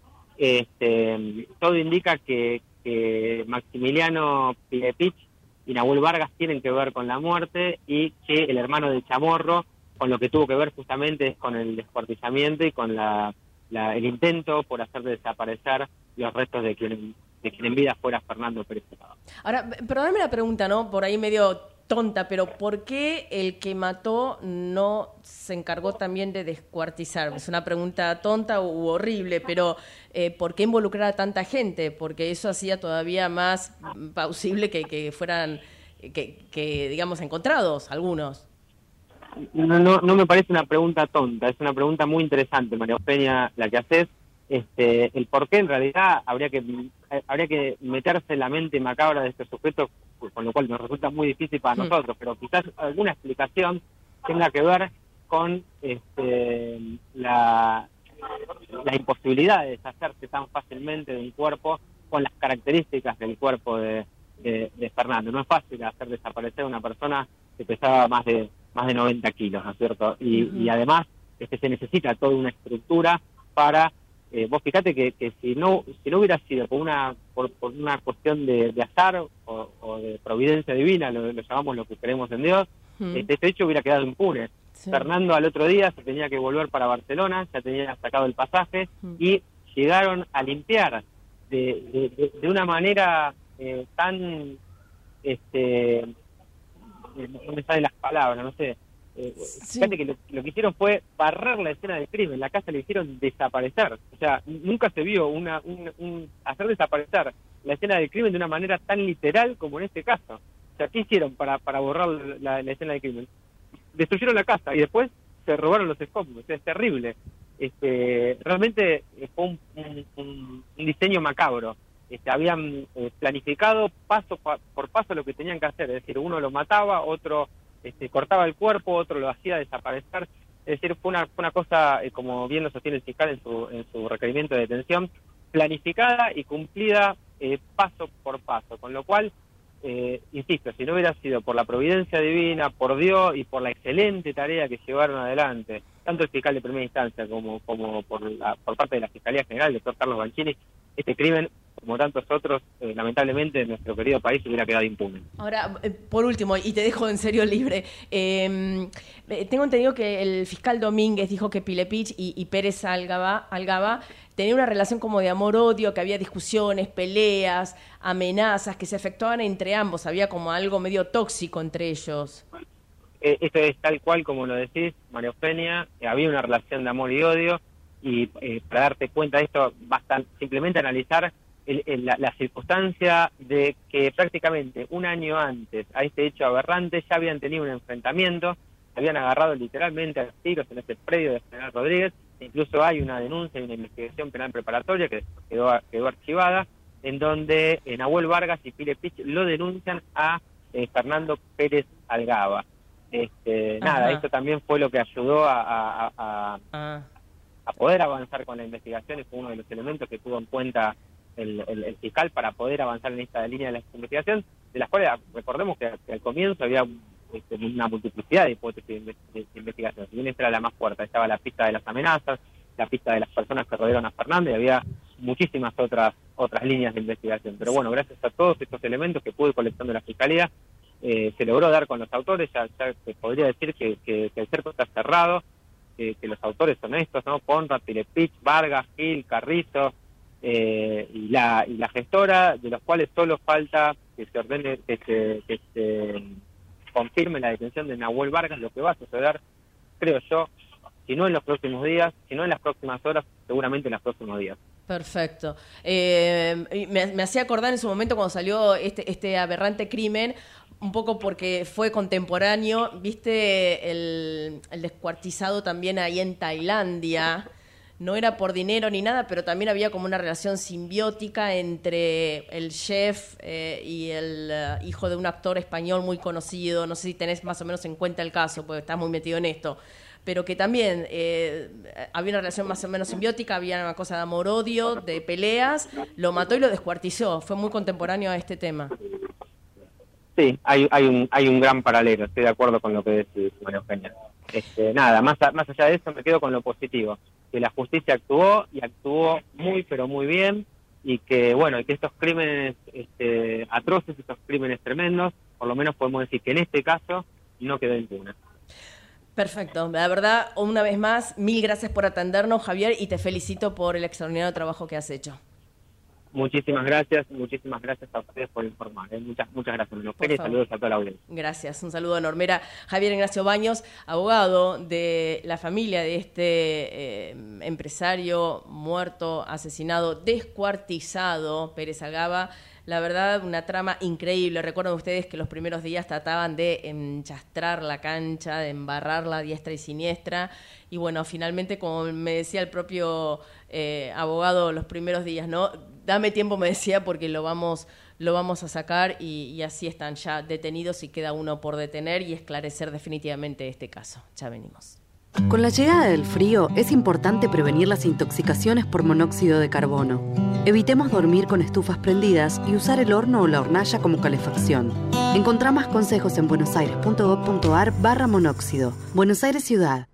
Este, todo indica que, que Maximiliano Pilepich y Nahuel Vargas tienen que ver con la muerte y que el hermano de Chamorro con lo que tuvo que ver justamente es con el descuartizamiento y con la, la el intento por hacer desaparecer los restos de quien, de quien en vida fuera Fernando Pérez Prado. Ahora, perdóname la pregunta, ¿no? Por ahí medio tonta, pero ¿por qué el que mató no se encargó también de descuartizar? Es una pregunta tonta u horrible, pero eh, ¿por qué involucrar a tanta gente? Porque eso hacía todavía más plausible que, que fueran, que, que digamos, encontrados algunos. No, no, no me parece una pregunta tonta, es una pregunta muy interesante, María Eugenia, la que haces. Este, el por qué en realidad habría que habría que meterse en la mente macabra de este sujeto, con lo cual nos resulta muy difícil para mm. nosotros, pero quizás alguna explicación tenga que ver con este, la, la imposibilidad de deshacerse tan fácilmente de un cuerpo con las características del cuerpo de, de, de Fernando. No es fácil hacer desaparecer a una persona que pesaba más de más de noventa kilos, ¿no es cierto? Y, mm. y además este, se necesita toda una estructura para... Eh, vos fíjate que, que si no si no hubiera sido por una por, por una cuestión de, de azar o, o de providencia divina, lo, lo llamamos lo que creemos en Dios, mm. este, este hecho hubiera quedado impune. Sí. Fernando al otro día se tenía que volver para Barcelona, ya tenía sacado el pasaje mm. y llegaron a limpiar de, de, de una manera eh, tan, este, no me salen las palabras, no sé, eh, sí. Fíjate que lo, lo que hicieron fue barrer la escena del crimen, la casa le hicieron desaparecer, o sea, nunca se vio una, un, un hacer desaparecer la escena del crimen de una manera tan literal como en este caso. O sea, ¿qué hicieron para, para borrar la, la escena del crimen? Destruyeron la casa y después se robaron los escombros, o sea, es terrible. Este, realmente fue un, un, un diseño macabro. Este, habían eh, planificado paso pa, por paso lo que tenían que hacer, es decir, uno lo mataba, otro este, cortaba el cuerpo, otro lo hacía desaparecer, es decir, fue una, fue una cosa, eh, como bien lo sostiene el fiscal en su, en su requerimiento de detención, planificada y cumplida eh, paso por paso, con lo cual, eh, insisto, si no hubiera sido por la providencia divina, por Dios y por la excelente tarea que llevaron adelante, tanto el fiscal de primera instancia como, como por, la, por parte de la Fiscalía General, el doctor Carlos Banchini, este crimen, como tantos otros, eh, lamentablemente en nuestro querido país hubiera quedado impune. Ahora, eh, por último, y te dejo en serio libre, eh, tengo entendido que el fiscal Domínguez dijo que Pilepich y, y Pérez Algaba, Algaba tenían una relación como de amor-odio, que había discusiones, peleas, amenazas, que se efectuaban entre ambos, había como algo medio tóxico entre ellos. Eh, esto es tal cual como lo decís, María Eugenia, eh, había una relación de amor y odio, y eh, para darte cuenta de esto, basta simplemente analizar el, el, la, la circunstancia de que prácticamente un año antes a este hecho aberrante ya habían tenido un enfrentamiento, se habían agarrado literalmente a los tiros en este predio de General Rodríguez, incluso hay una denuncia y una investigación penal preparatoria que quedó, quedó archivada, en donde eh, Nahuel Vargas y Pilepich lo denuncian a eh, Fernando Pérez Algaba. Este, nada, esto también fue lo que ayudó a, a, a, a, a poder avanzar con la investigación, y fue uno de los elementos que tuvo en cuenta el, el, el fiscal para poder avanzar en esta línea de la investigación, de las cuales recordemos que, que al comienzo había este, una multiplicidad de hipótesis de, de, de investigación. Si bien esta era la más fuerte, estaba la pista de las amenazas, la pista de las personas que rodearon a Fernando, y había muchísimas otras otras líneas de investigación. Pero bueno, gracias a todos estos elementos que pudo ir colectando la Fiscalía, eh, se logró dar con los autores. Ya, ya se podría decir que, que, que el cerco está cerrado, que, que los autores son estos, ¿no? Conrad, Pilepich, Vargas, Gil, Carrizo, eh, y la y la gestora, de los cuales solo falta que se ordene, que se, que se confirme la detención de Nahuel Vargas, lo que va a suceder, creo yo, si no en los próximos días, si no en las próximas horas, seguramente en los próximos días. Perfecto. Eh, me, me hacía acordar en su momento cuando salió este, este aberrante crimen, un poco porque fue contemporáneo, viste el, el descuartizado también ahí en Tailandia. No era por dinero ni nada, pero también había como una relación simbiótica entre el chef eh, y el uh, hijo de un actor español muy conocido. No sé si tenés más o menos en cuenta el caso, porque estás muy metido en esto. Pero que también eh, había una relación más o menos simbiótica, había una cosa de amor-odio, de peleas, lo mató y lo descuartizó. Fue muy contemporáneo a este tema. Sí, hay, hay, un, hay un gran paralelo, estoy de acuerdo con lo que decís, María Eugenia. Este, nada, más, a, más allá de eso me quedo con lo positivo, que la justicia actuó y actuó muy, pero muy bien, y que, bueno, y que estos crímenes este, atroces, estos crímenes tremendos, por lo menos podemos decir que en este caso no quedó impune. Perfecto, la verdad, una vez más, mil gracias por atendernos, Javier, y te felicito por el extraordinario trabajo que has hecho. Muchísimas gracias, muchísimas gracias a ustedes por informar. ¿eh? Muchas, muchas gracias, y saludos a toda la audiencia. Gracias, un saludo enorme. Era Javier Ignacio Baños, abogado de la familia de este eh, empresario muerto, asesinado, descuartizado, Pérez Algaba. La verdad, una trama increíble. Recuerden ustedes que los primeros días trataban de enchastrar la cancha, de embarrarla a diestra y siniestra. Y bueno, finalmente, como me decía el propio eh, abogado los primeros días, ¿no? Dame tiempo, me decía, porque lo vamos, lo vamos a sacar y, y así están ya detenidos y queda uno por detener y esclarecer definitivamente este caso. Ya venimos. Con la llegada del frío es importante prevenir las intoxicaciones por monóxido de carbono. Evitemos dormir con estufas prendidas y usar el horno o la hornalla como calefacción. Encontrá más consejos en buenosaires.gov.ar barra monóxido. Buenos Aires Ciudad.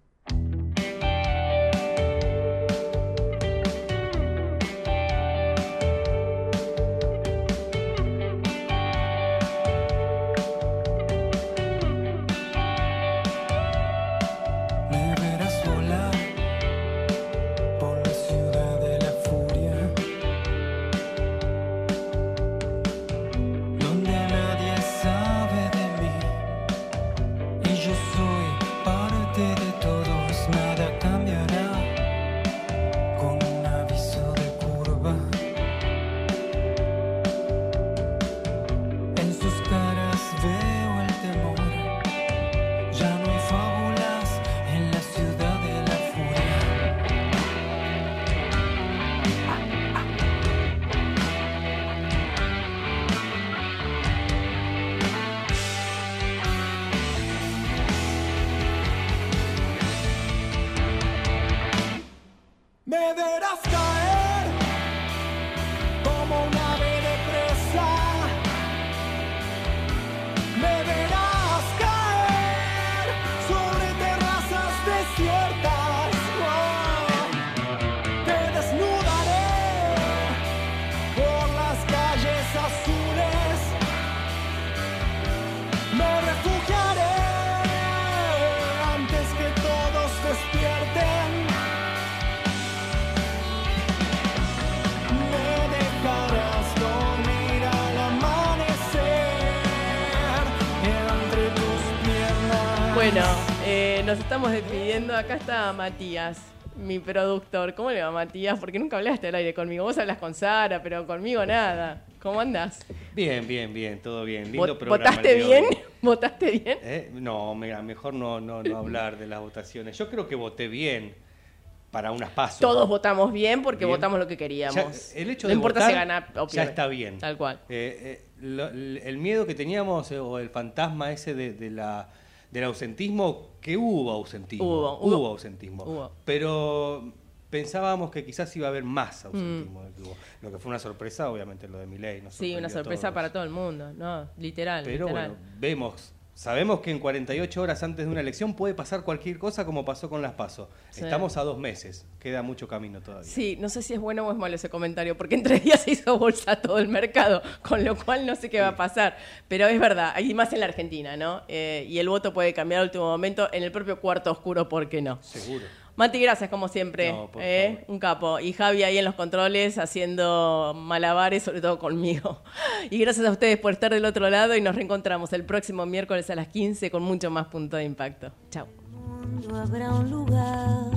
Bueno, eh, nos estamos despidiendo. Acá está Matías, mi productor. ¿Cómo le va, Matías? Porque nunca hablaste al aire conmigo. Vos hablas con Sara, pero conmigo nada. ¿Cómo andás? Bien, bien, bien, todo bien. Lindo ¿Vot- programa. ¿Votaste el de bien? hoy. ¿Votaste bien? ¿Eh? No, mira, mejor no, no, no hablar de las votaciones. Yo creo que voté bien para unas pasos. Todos votamos bien porque Bien. votamos lo que queríamos. Ya, el hecho no de importa votar si gana o ya pierde. está bien. Tal cual. Eh, eh, lo- el miedo que teníamos eh, o el fantasma ese de, de la, del ausentismo, que hubo ausentismo. Hubo, hubo, hubo. ausentismo. Hubo. Pero pensábamos que quizás iba a haber más ausentismo Mm. del que hubo. Lo que fue una sorpresa, obviamente, lo de Milei. nos Sí, una sorprendió a sorpresa todos. para todo el mundo, no, literal. Pero literal. bueno, vemos, sabemos que en cuarenta y ocho horas antes de una elección puede pasar cualquier cosa como pasó con las PASO. Sí. Estamos a dos meses, queda mucho camino todavía. Sí, no sé si es bueno o es malo ese comentario, porque en tres días se hizo bolsa todo el mercado, con lo cual no sé qué va a pasar. Pero es verdad, y más en la Argentina, ¿no? Eh, y el voto puede cambiar al último momento en el propio cuarto oscuro, ¿por qué no? Seguro. Mati, gracias como siempre, No, por ¿eh? favor. Un capo. Y Javi ahí en los controles haciendo malabares, sobre todo conmigo. Y gracias a ustedes por estar del otro lado y nos reencontramos el próximo miércoles a las quince con mucho más Punto de Impacto. Chao. mundo habrá un lugar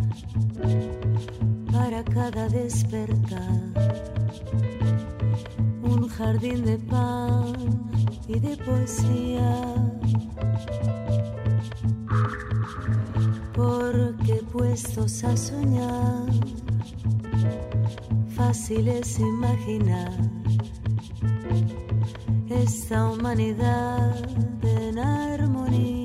para cada despertar, un jardín de pan y de poesía, porque puestos a soñar, fácil es imaginar esta humanidad en armonía.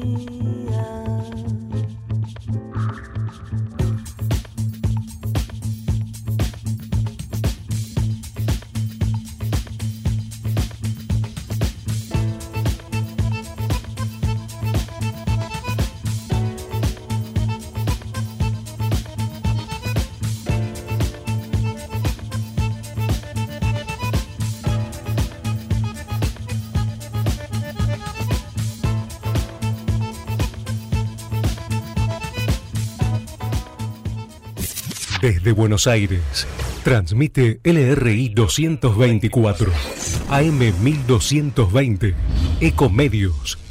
Desde Buenos Aires, transmite L R I doscientos veinticuatro, A M mil doscientos veinte, Ecomedios.